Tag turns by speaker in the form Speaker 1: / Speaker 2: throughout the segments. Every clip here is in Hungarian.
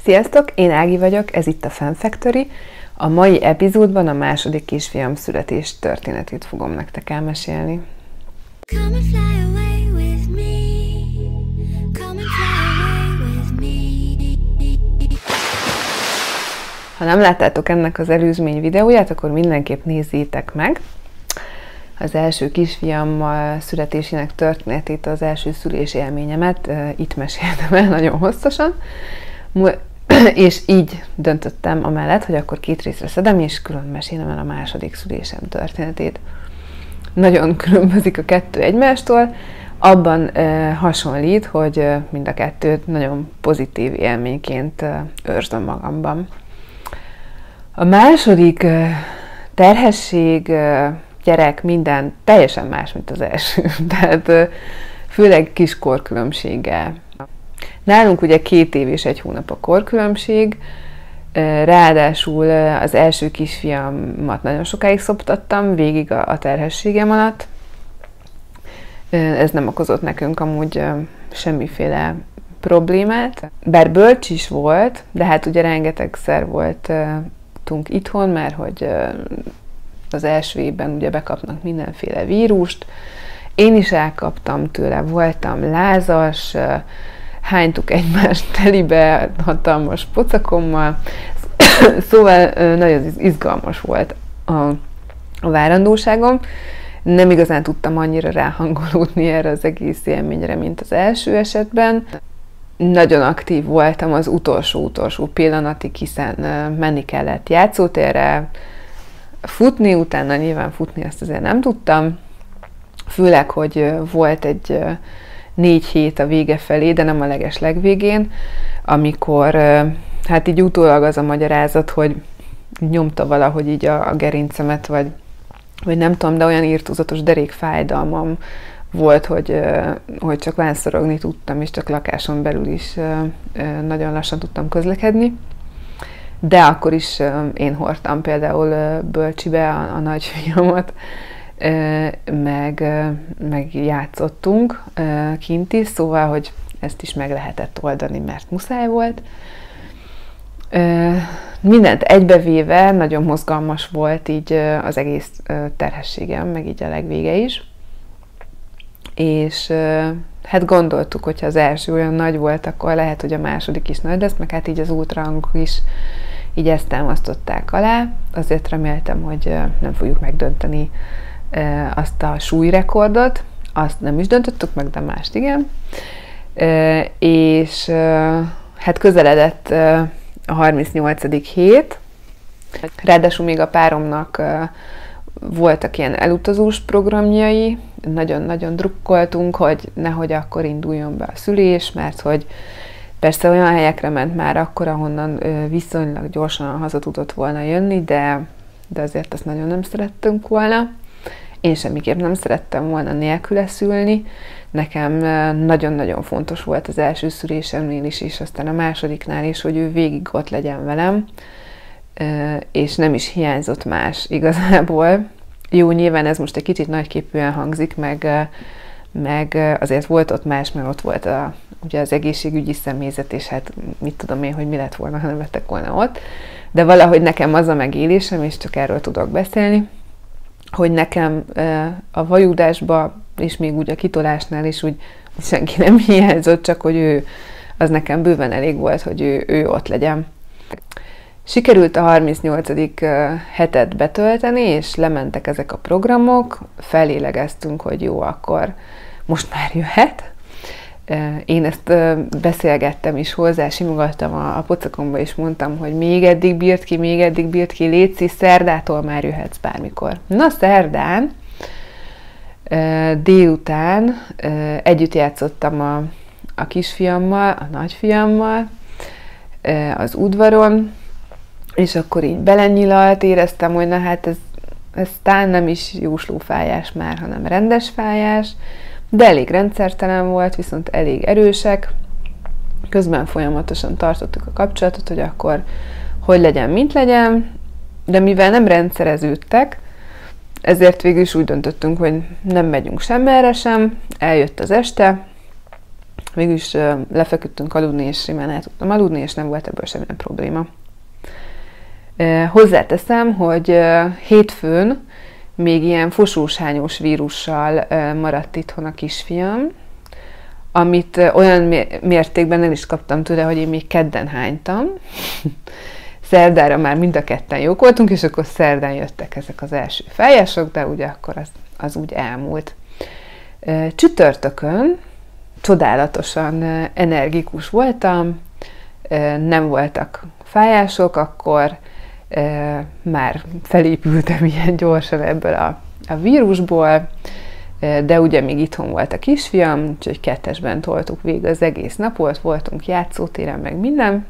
Speaker 1: Sziasztok, én Ági vagyok, ez itt a Fan Factory. A mai epizódban a második kisfiam születés történetét fogom nektek elmesélni. Ha nem láttátok ennek az előzmény videóját, akkor mindenképp nézzétek meg. Az első kisfiammal születésének történetét, az első szülés élményemet itt meséltem el nagyon hosszasan. És így döntöttem amellett, hogy akkor két részre szedem, és külön mesélem el a második szülésem történetét. Nagyon különbözik a kettő egymástól, abban hasonlít, hogy mind a kettőt nagyon pozitív élményként őrzöm magamban. A második terhesség, gyerek, minden teljesen más, mint az első. Tehát főleg kis korkülönbséggel. Nálunk ugye 2 év és 1 hónap a korkülönbség, ráadásul az első kisfiamat nagyon sokáig szoptattam, végig a terhességem alatt. Ez nem okozott nekünk amúgy semmiféle problémát. Bár bölcs is volt, de hát ugye rengetegszer voltunk itthon, mert hogy az első évben ugye bekapnak mindenféle vírust. Én is elkaptam tőle, voltam lázas, hánytuk egymást telibe hatalmas pocakommal, szóval nagyon izgalmas volt a várandóságom. Nem igazán tudtam annyira ráhangolódni erre az egész élményre, mint az első esetben. Nagyon aktív voltam az utolsó pillanatig, hiszen menni kellett játszótérre, futni, utána nyilván futni ezt azért nem tudtam, főleg, hogy volt egy 4 hét a vége felé, de nem a legvégén, amikor hát így utólag az a magyarázat, hogy nyomta valahogy így a gerincemet, vagy nem tudom, de olyan irtózatos derékfájdalmam volt, hogy csak vánszorogni tudtam, és csak lakáson belül is nagyon lassan tudtam közlekedni. De akkor is én hordtam például bölcsibe a nagyfiamat, meg játszottunk kint is, szóval, hogy ezt is meg lehetett oldani, mert muszáj volt. Mindent egybevéve nagyon mozgalmas volt így az egész terhességem, meg így a legvége is. És hát gondoltuk, hogyha az első olyan nagy volt, akkor lehet, hogy a második is nagy lesz, meg hát így az ultrahangok is így ezt támasztották alá. Azért reméltem, hogy nem fogjuk megdönteni azt a súlyrekordot, azt nem is döntöttük meg, de mást igen. És hát közeledett a 38. hét, ráadásul még a páromnak voltak ilyen elutazós programjai, nagyon-nagyon drukkoltunk, hogy nehogy akkor induljon be a szülés, mert hogy persze olyan helyekre ment már akkor, ahonnan viszonylag gyorsan haza tudott volna jönni, de azért azt nagyon nem szerettünk volna. Én semmiképp nem szerettem volna nélküle szülni. Nekem nagyon-nagyon fontos volt az első szülésemnél is, és aztán a másodiknál is, hogy ő végig ott legyen velem, és nem is hiányzott más igazából. Jó, nyilván ez most egy kicsit nagyképűen hangzik, meg azért volt ott más, mert ott volt ugye az egészségügyi személyzet, és hát mit tudom én, hogy mi lett volna, ha nem lettek volna ott. De valahogy nekem az a megélésem, és csak erről tudok beszélni, hogy nekem a vajudásba, és még úgy a kitolásnál is úgy senki nem hiányzott, csak hogy ő, az nekem bőven elég volt, hogy ő ott legyen. Sikerült a 38. hetet betölteni, és lementek ezek a programok, felélegeztünk, hogy jó, akkor most már jöhet. Én ezt beszélgettem is hozzá, simogattam a pocakomba, és mondtam, hogy még eddig bírt ki, létszi, szerdától már jöhetsz bármikor. Na, szerdán délután együtt játszottam a kisfiammal, a nagyfiammal az udvaron, és akkor így belenyilalt, éreztem, hogy na hát ez tán nem is jóslófájás már, hanem rendes fájás, de elég rendszertelen volt, viszont elég erősek. Közben folyamatosan tartottuk a kapcsolatot, hogy akkor hogy legyen, mint legyen, de mivel nem rendszereződtek, ezért végül is úgy döntöttünk, hogy nem megyünk semmerre sem. Eljött az este, Végülis lefeküdtünk aludni, és simán el tudtam aludni, és nem volt ebből semmilyen probléma. Hozzáteszem, hogy hétfőn még ilyen fosósányos vírussal maradt itthon a kisfiam, amit olyan mértékben el is kaptam tőle, hogy én még kedden hánytam. Szerdára már mind a ketten jók voltunk, és akkor szerdán jöttek ezek az első fájások, de ugye akkor az úgy elmúlt. Csütörtökön csodálatosan energikus voltam, nem voltak fájások, akkor már felépültem ilyen gyorsan ebből a vírusból, de ugye még itthon volt a kisfiam, úgyhogy kettesben toltuk végig az egész napot, voltunk játszótéren, meg minden,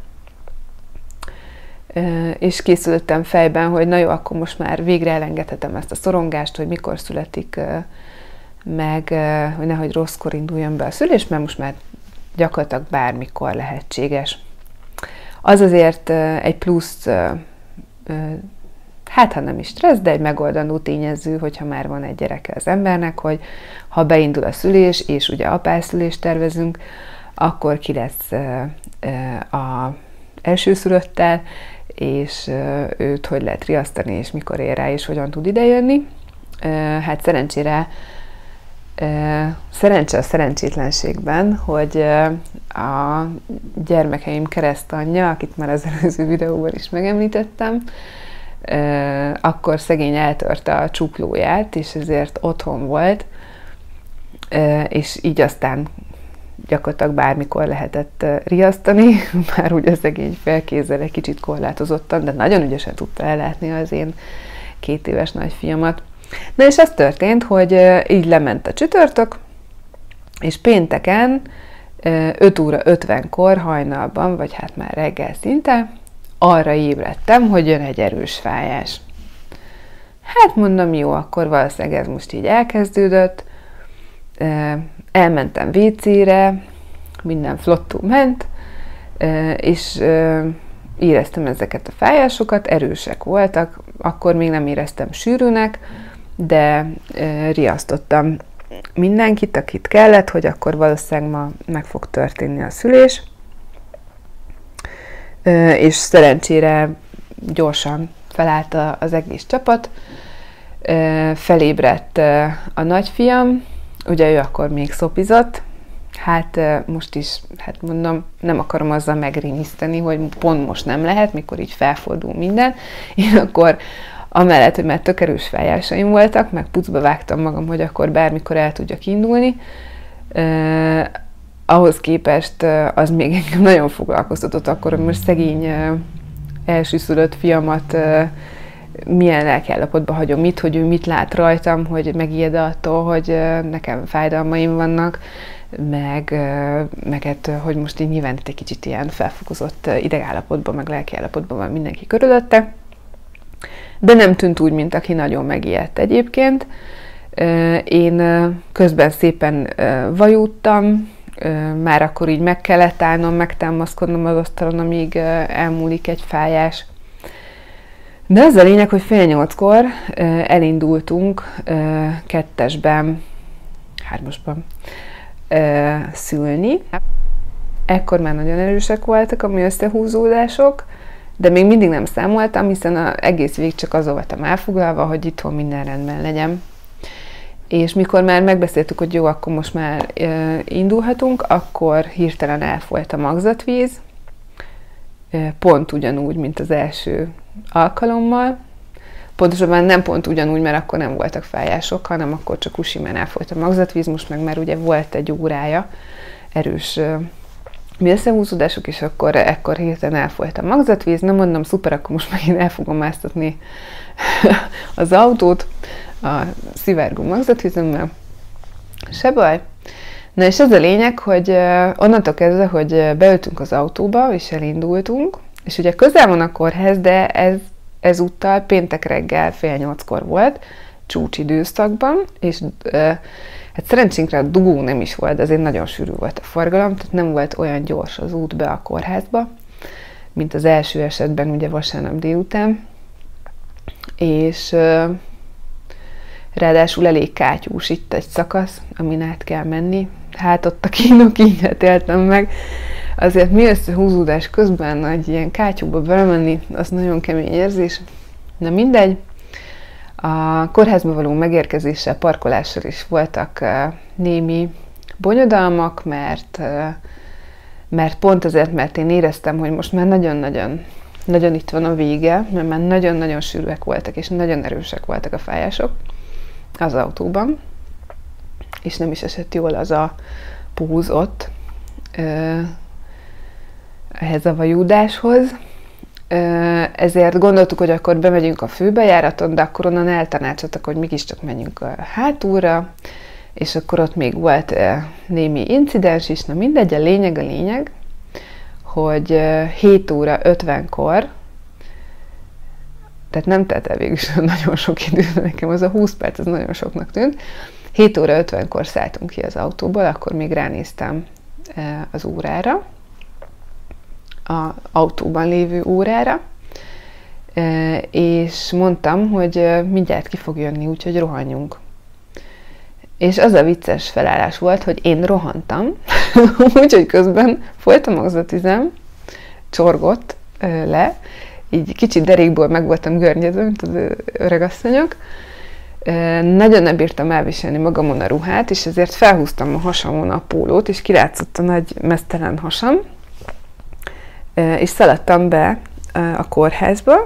Speaker 1: és készültem fejben, hogy na jó, akkor most már végre elengedhetem ezt a szorongást, hogy mikor születik meg, hogy nehogy rosszkor induljon be a szülés, mert most már gyakorlatilag bármikor lehetséges. Az azért egy plusz, hát ha nem is stressz, de egy megoldandó tényező, hogyha már van egy gyereke az embernek, hogy ha beindul a szülés, és ugye apászülést tervezünk, akkor ki lesz a elsőszülöttel, és őt hogy lehet riasztani, és mikor ér rá, és hogyan tud idejönni. Hát szerencsére, szerencse a szerencsétlenségben, hogy a gyermekeim keresztanyja, akit már az előző videóban is megemlítettem, akkor szegény eltörte a csuklóját, és ezért otthon volt, és így aztán gyakorlatilag bármikor lehetett riasztani, már úgy a szegény felkézzel egy kicsit korlátozottan, de nagyon ügyesen tudta ellátni az én 2 éves nagyfiamat. Na és az történt, hogy így lement a csütörtök, és pénteken 5 óra 50-kor hajnalban, vagy hát már reggel szinte, arra ébredtem, hogy jön egy erős fájás. Hát mondom, jó, akkor valószínűleg ez most így elkezdődött, elmentem WC-re, minden flottul ment, és éreztem ezeket a fájásokat, erősek voltak, akkor még nem éreztem sűrűnek, de riasztottam mindenkit, akit kellett, hogy akkor valószínűleg ma meg fog történni a szülés, és szerencsére gyorsan felállt az egész csapat, felébredt a nagyfiam, ugye ő akkor még szopizott, hát most is, hát mondom, nem akarom azzal megrémiszteni, hogy pont most nem lehet, mikor így felfordul minden. Én akkor amellett, hogy már tök erős fájásaim voltak, meg pucba vágtam magam, hogy akkor bármikor el tudjak indulni, ahhoz képest az még engem nagyon foglalkoztatott akkor, hogy most szegény elsőszülött fiamat milyen lelkiállapotban hagyom itt, hogy ő mit lát rajtam, hogy megijed attól, hogy nekem fájdalmaim vannak, meg hát, hogy most így nyilván itt egy kicsit ilyen felfokozott idegállapotban, meg lelkiállapotban van mindenki körülötte. De nem tűnt úgy, mint aki nagyon megijedt egyébként. Én közben szépen vajúdtam, már akkor így meg kellett állnom, megtámaszkodnom az asztalon, amíg elmúlik egy fájás. De az a lényeg, hogy 7:30-kor elindultunk kettesben, 3-asban szülni. Ekkor már nagyon erősek voltak a mi összehúzódások, de még mindig nem számoltam, hiszen az egész végig csak az voltam elfoglalva, hogy itthon minden rendben legyen. És mikor már megbeszéltük, hogy jó, akkor most már indulhatunk, akkor hirtelen elfolyt a magzatvíz, pont ugyanúgy, mint az első alkalommal. Pontosabban nem pont ugyanúgy, mert akkor nem voltak fájások, hanem akkor csak úgy simán elfolyt a magzatvíz, most meg már ugye volt egy órája erős összehúzódások, és ekkor hirtelen elfolyt a magzatvíz. Na mondom, szuper, akkor most megint el fogom másztatni az autót a szivárgó magzatvízemmel. Se baj. Na és az a lényeg, hogy onnantól kezdve, hogy beültünk az autóba, és elindultunk, és ugye közel van a kórház, de ezúttal péntek reggel 7:30-kor volt, csúcsidőszakban, és hát szerencsénkre a dugó nem is volt, de azért nagyon sűrű volt a forgalom, tehát nem volt olyan gyors az út be a kórházba, mint az első esetben, ugye vasárnap délután. És ráadásul elég kátyús itt egy szakasz, amin át kell menni, hát ott a kínok ínyet éltem meg. Azért mi összehúzódás közben egy ilyen kátyúba belemenni, az nagyon kemény érzés. Na mindegy. A kórházba való megérkezéssel, parkolással is voltak némi bonyodalmak, mert pont azért, mert én éreztem, hogy most már nagyon itt van a vége, mert már nagyon-nagyon sűrűek voltak, és nagyon erősek voltak a fájások az autóban, és nem is esett jól az a púz ott ehhez a vajúdáshoz. Ezért gondoltuk, hogy akkor bemegyünk a főbejáraton, de akkor onnan eltanácsoltak, hogy mégiscsak menjünk hátulra, és akkor ott még volt némi incidens is, na mindegy, a lényeg, hogy 7 óra 50-kor, tehát nem telt el végül is nagyon sok idő, nekem az a 20 perc, az nagyon soknak tűnt. 7 óra 50-kor szálltunk ki az autóból, akkor még ránéztem az órára, az autóban lévő órára, és mondtam, hogy mindjárt ki fog jönni, úgyhogy rohanjunk. És az a vicces felállás volt, hogy én rohantam, úgyhogy közben folyt a magzatüzem, csorgott le, így kicsit derékból meg voltam görnyedve, mint az öregasszonyok. Nagyon nem bírtam elviselni magamon a ruhát, és ezért felhúztam a hasamon a pólót, és kilátszott a nagy meztelen hasam, és szaladtam be a kórházba,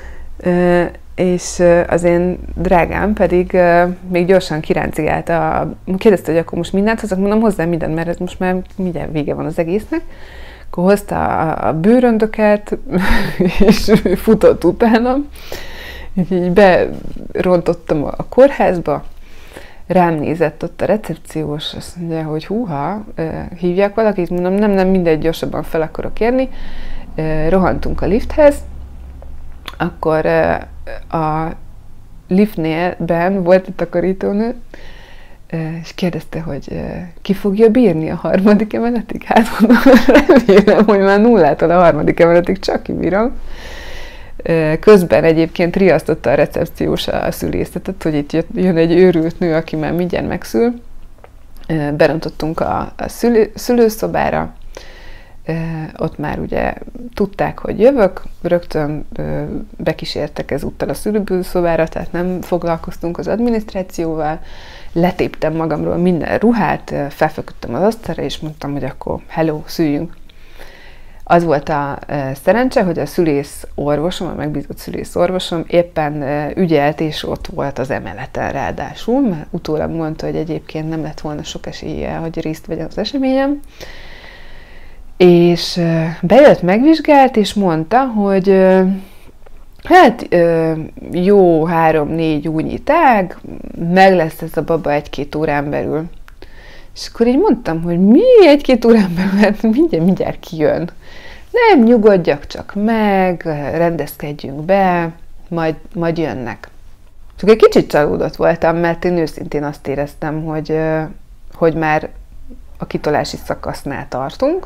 Speaker 1: és az én drágám pedig még gyorsan kiráncigálta, kérdezte, hogy akkor most mindent hozok, mondom, hozzá mindent, mert ez most már mindjárt vége van az egésznek. Akkor hozta a bőröndöket, és futott utánam. Így berontottam a kórházba, rám nézett ott a recepciós, azt mondja, hogy húha, hívják valakit, mondom, nem, mindegy, gyorsabban fel akarok érni. Rohantunk a lifthez, akkor a liftnél volt a takarítónő, és kérdezte, hogy ki fogja bírni a 3. emeletig? Hát mondom, remélem, hogy már 0-tól a 3. emeletig csak kibírom. Közben egyébként riasztotta a recepciós a szülészetet, hogy itt jön egy őrült nő, aki már mindjárt megszül. Berontottunk a szülőszobára, ott már ugye tudták, hogy jövök, rögtön bekísértek ezúttal a szülőszobára, tehát nem foglalkoztunk az adminisztrációval, letéptem magamról minden ruhát, felfeküdtem az asztalra, és mondtam, hogy akkor hello, szüljünk. Az volt a szerencse, hogy a szülészorvosom, a megbízott szülészorvosom éppen ügyelt, és ott volt az emeleten ráadásul, mert utólag mondta, hogy egyébként nem lett volna sok esélye, hogy részt vegyen az eseményem. És bejött, megvizsgált, és mondta, hogy hát jó 3-4 újnyi tág, meg lesz ez a baba 1-2 órán belül. És akkor így mondtam, hogy mi 1-2 órán belül, hát mindjárt kijön. Nem, nyugodjak csak meg, rendezkedjünk be, majd jönnek. Csak egy kicsit csalódott voltam, mert én őszintén azt éreztem, hogy már a kitolási szakasznál tartunk,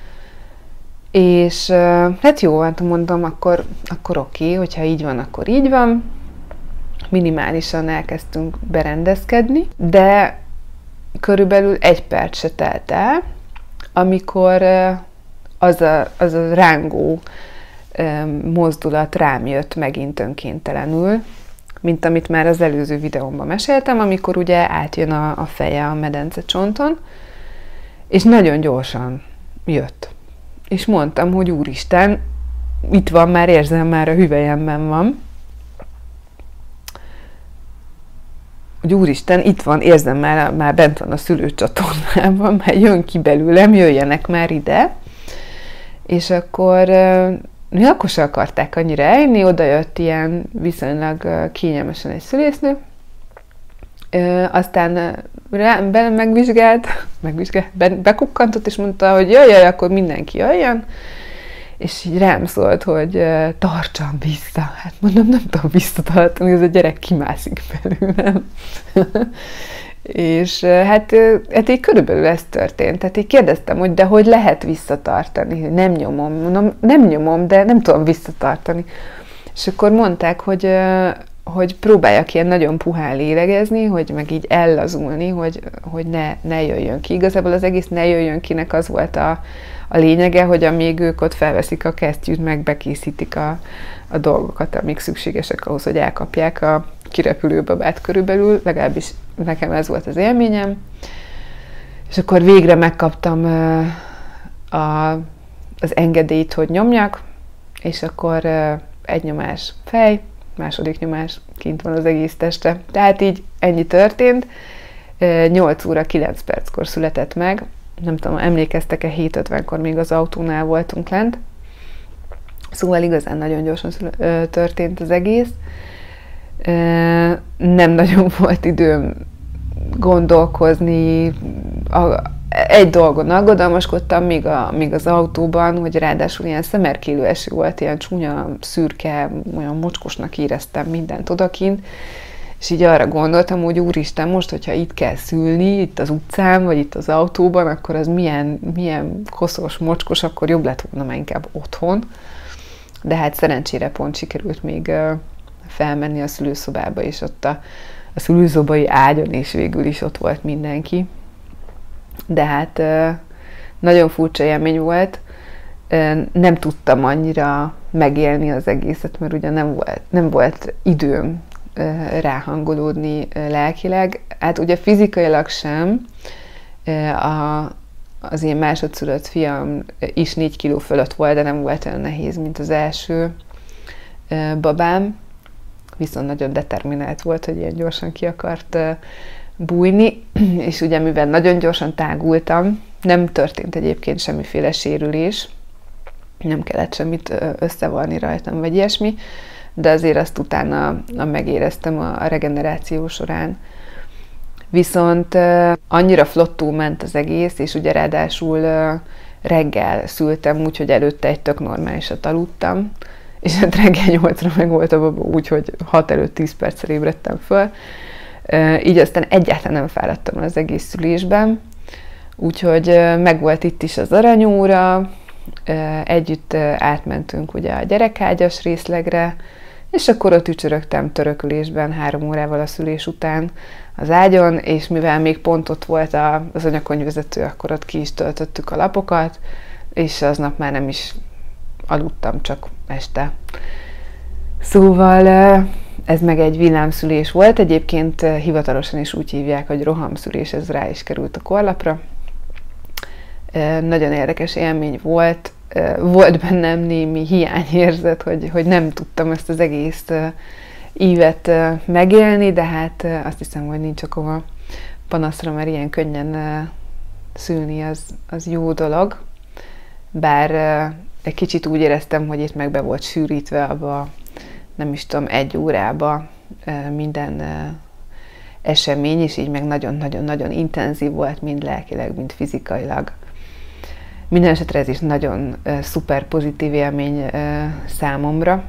Speaker 1: és hát jó, hát mondom, akkor oké, hogyha így van, akkor így van. Minimálisan elkezdtünk berendezkedni, de körülbelül 1 perc se telt el, amikor az a rángó mozdulat rám jött megint önkéntelenül, mint amit már az előző videómban meséltem, amikor ugye átjön a feje a medencecsonton, és nagyon gyorsan jött. És mondtam, hogy úristen, itt van, már érzem, már a hüvelyemben van. Hogy úristen, itt van, érzem, már bent van a szülőcsatornában, már jön ki belőlem, jöjjenek már ide. És akkor akkor se akarták annyira eljönni, oda jött ilyen viszonylag kényelmesen egy szülésznő, aztán bekukkantott, és mondta, hogy jaj, akkor mindenki jöjjön, és így rám szólt, hogy tartsam vissza. Hát mondom, nem tudom visszatartani, ez a gyerek kimászik belőlem. És hát így körülbelül ez történt. Tehát így kérdeztem, hogy de hogy lehet visszatartani, hogy nem nyomom. Mondom, nem nyomom, de nem tudom visszatartani. És akkor mondták, hogy hogy próbáljak ilyen nagyon puhán lélegezni, hogy meg így ellazulni, hogy ne jöjjön ki. Igazából az egész ne jöjjön kinek az volt a lényege, hogy amíg ők ott felveszik a kesztyűt, meg bekészítik a dolgokat, amik szükségesek ahhoz, hogy elkapják a kirepülő babát körülbelül, legalábbis nekem ez volt az élményem. És akkor végre megkaptam az engedélyt, hogy nyomjak, és akkor egy nyomás fej, második nyomás kint van az egész teste. Tehát így ennyi történt. 8 óra 9 perckor született meg. Nem tudom, emlékeztek-e, 7:50-kor még az autónál voltunk lent. Szóval igazán nagyon gyorsan történt az egész. Nem nagyon volt időm gondolkozni. Egy dolgon aggodalmaskodtam még az autóban, hogy ráadásul ilyen szemerkélő eső volt, ilyen csúnya, szürke, olyan mocskosnak éreztem mindent odakint, és így arra gondoltam, hogy úristen, most, hogyha itt kell szülni, itt az utcán, vagy itt az autóban, akkor az milyen koszos, mocskos, akkor jobb lett volna már inkább otthon. De hát szerencsére pont sikerült még felmenni a szülőszobába, és ott a szülőszobai ágyon is végül is ott volt mindenki. De hát nagyon furcsa élmény volt, nem tudtam annyira megélni az egészet, mert ugye nem volt időm ráhangolódni lelkileg. Hát ugye fizikailag sem, az én másodszülött fiam is 4 kiló fölött volt, de nem volt olyan nehéz, mint az első babám, viszont nagyon determinált volt, hogy ilyen gyorsan ki akart bújni, és ugye mivel nagyon gyorsan tágultam, nem történt egyébként semmiféle sérülés, nem kellett semmit összevarni rajtam, vagy ilyesmi, de azért azt utána megéreztem a regeneráció során. Viszont annyira flottul ment az egész, és ugye ráadásul reggel szültem úgy, hogy előtte egy tök normálisat aludtam, és hát reggel 8-ra meg volt a baba úgy, hogy 6 előtt 10 perccel ébredtem föl. Így aztán egyáltalán nem fáradtam az egész szülésben, úgyhogy megvolt itt is az aranyóra, együtt átmentünk ugye a gyerekágyas részlegre, és akkor ott ücsörögtem törökülésben 3 órával a szülés után az ágyon, és mivel még pont ott volt az anyakonyvezető, akkor ott ki is töltöttük a lapokat, és aznap már nem is aludtam, csak este. Szóval ez meg egy villámszülés volt, egyébként hivatalosan is úgy hívják, hogy rohamszülés, ez rá is került a korlapra. Nagyon érdekes élmény volt, volt bennem némi hiányérzet, hogy nem tudtam ezt az egész ívet megélni, de hát azt hiszem, hogy nincs okoma panaszra, mert ilyen könnyen szülni az jó dolog. Bár egy kicsit úgy éreztem, hogy itt meg be volt sűrítve abba, nem is tudom, 1 órába minden esemény, és így meg nagyon-nagyon-nagyon intenzív volt, mind lelkileg, mind fizikailag. Minden esetre ez is nagyon szuper pozitív élmény számomra,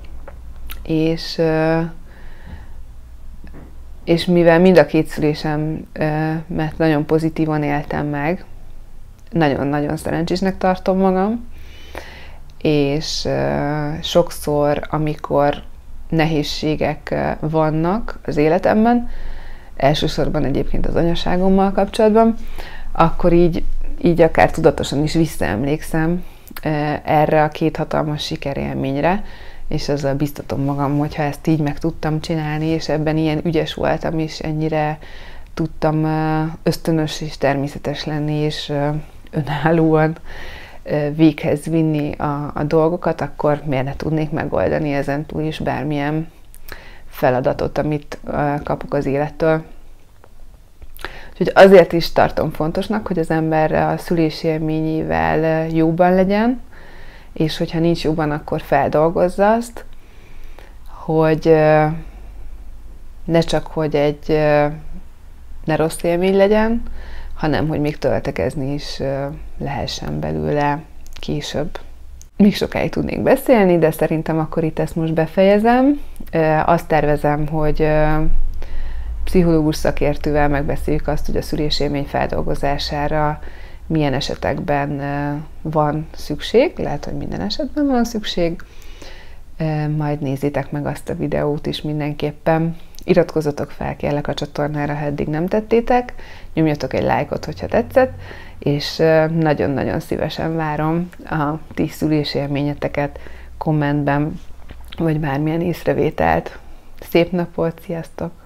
Speaker 1: és mivel mind a 2 szülésem, mert nagyon pozitívan éltem meg, nagyon-nagyon szerencsésnek tartom magam, és sokszor, amikor nehézségek vannak az életemben, elsősorban egyébként az anyaságommal kapcsolatban, akkor így akár tudatosan is visszaemlékszem erre a 2 hatalmas sikerélményre, és azzal biztatom magam, hogy ha ezt így meg tudtam csinálni, és ebben ilyen ügyes voltam, és ennyire tudtam ösztönös és természetes lenni, és önállóan véghez vinni a dolgokat, akkor miért ne tudnék megoldani ezen túl is bármilyen feladatot, amit kapok az élettől. Úgyhogy azért is tartom fontosnak, hogy az ember a szülés élményével jóban legyen, és hogyha nincs jóban, akkor feldolgozza azt, hogy ne csak, hogy ne rossz élmény legyen, hanem, hogy még töltekezni is lehessen belőle később. Még sokáig tudnék beszélni, de szerintem akkor itt ezt most befejezem. Azt tervezem, hogy pszichológus szakértővel megbeszéljük azt, hogy a szülésélmény feldolgozására milyen esetekben van szükség, lehet, hogy minden esetben van szükség, majd nézzétek meg azt a videót is mindenképpen. Iratkozzatok fel, kérlek, a csatornára, ha eddig nem tettétek, nyomjatok egy lájkot, hogyha tetszett, és nagyon-nagyon szívesen várom a ti szülésélményeteket kommentben, vagy bármilyen észrevételt. Szép napot, sziasztok!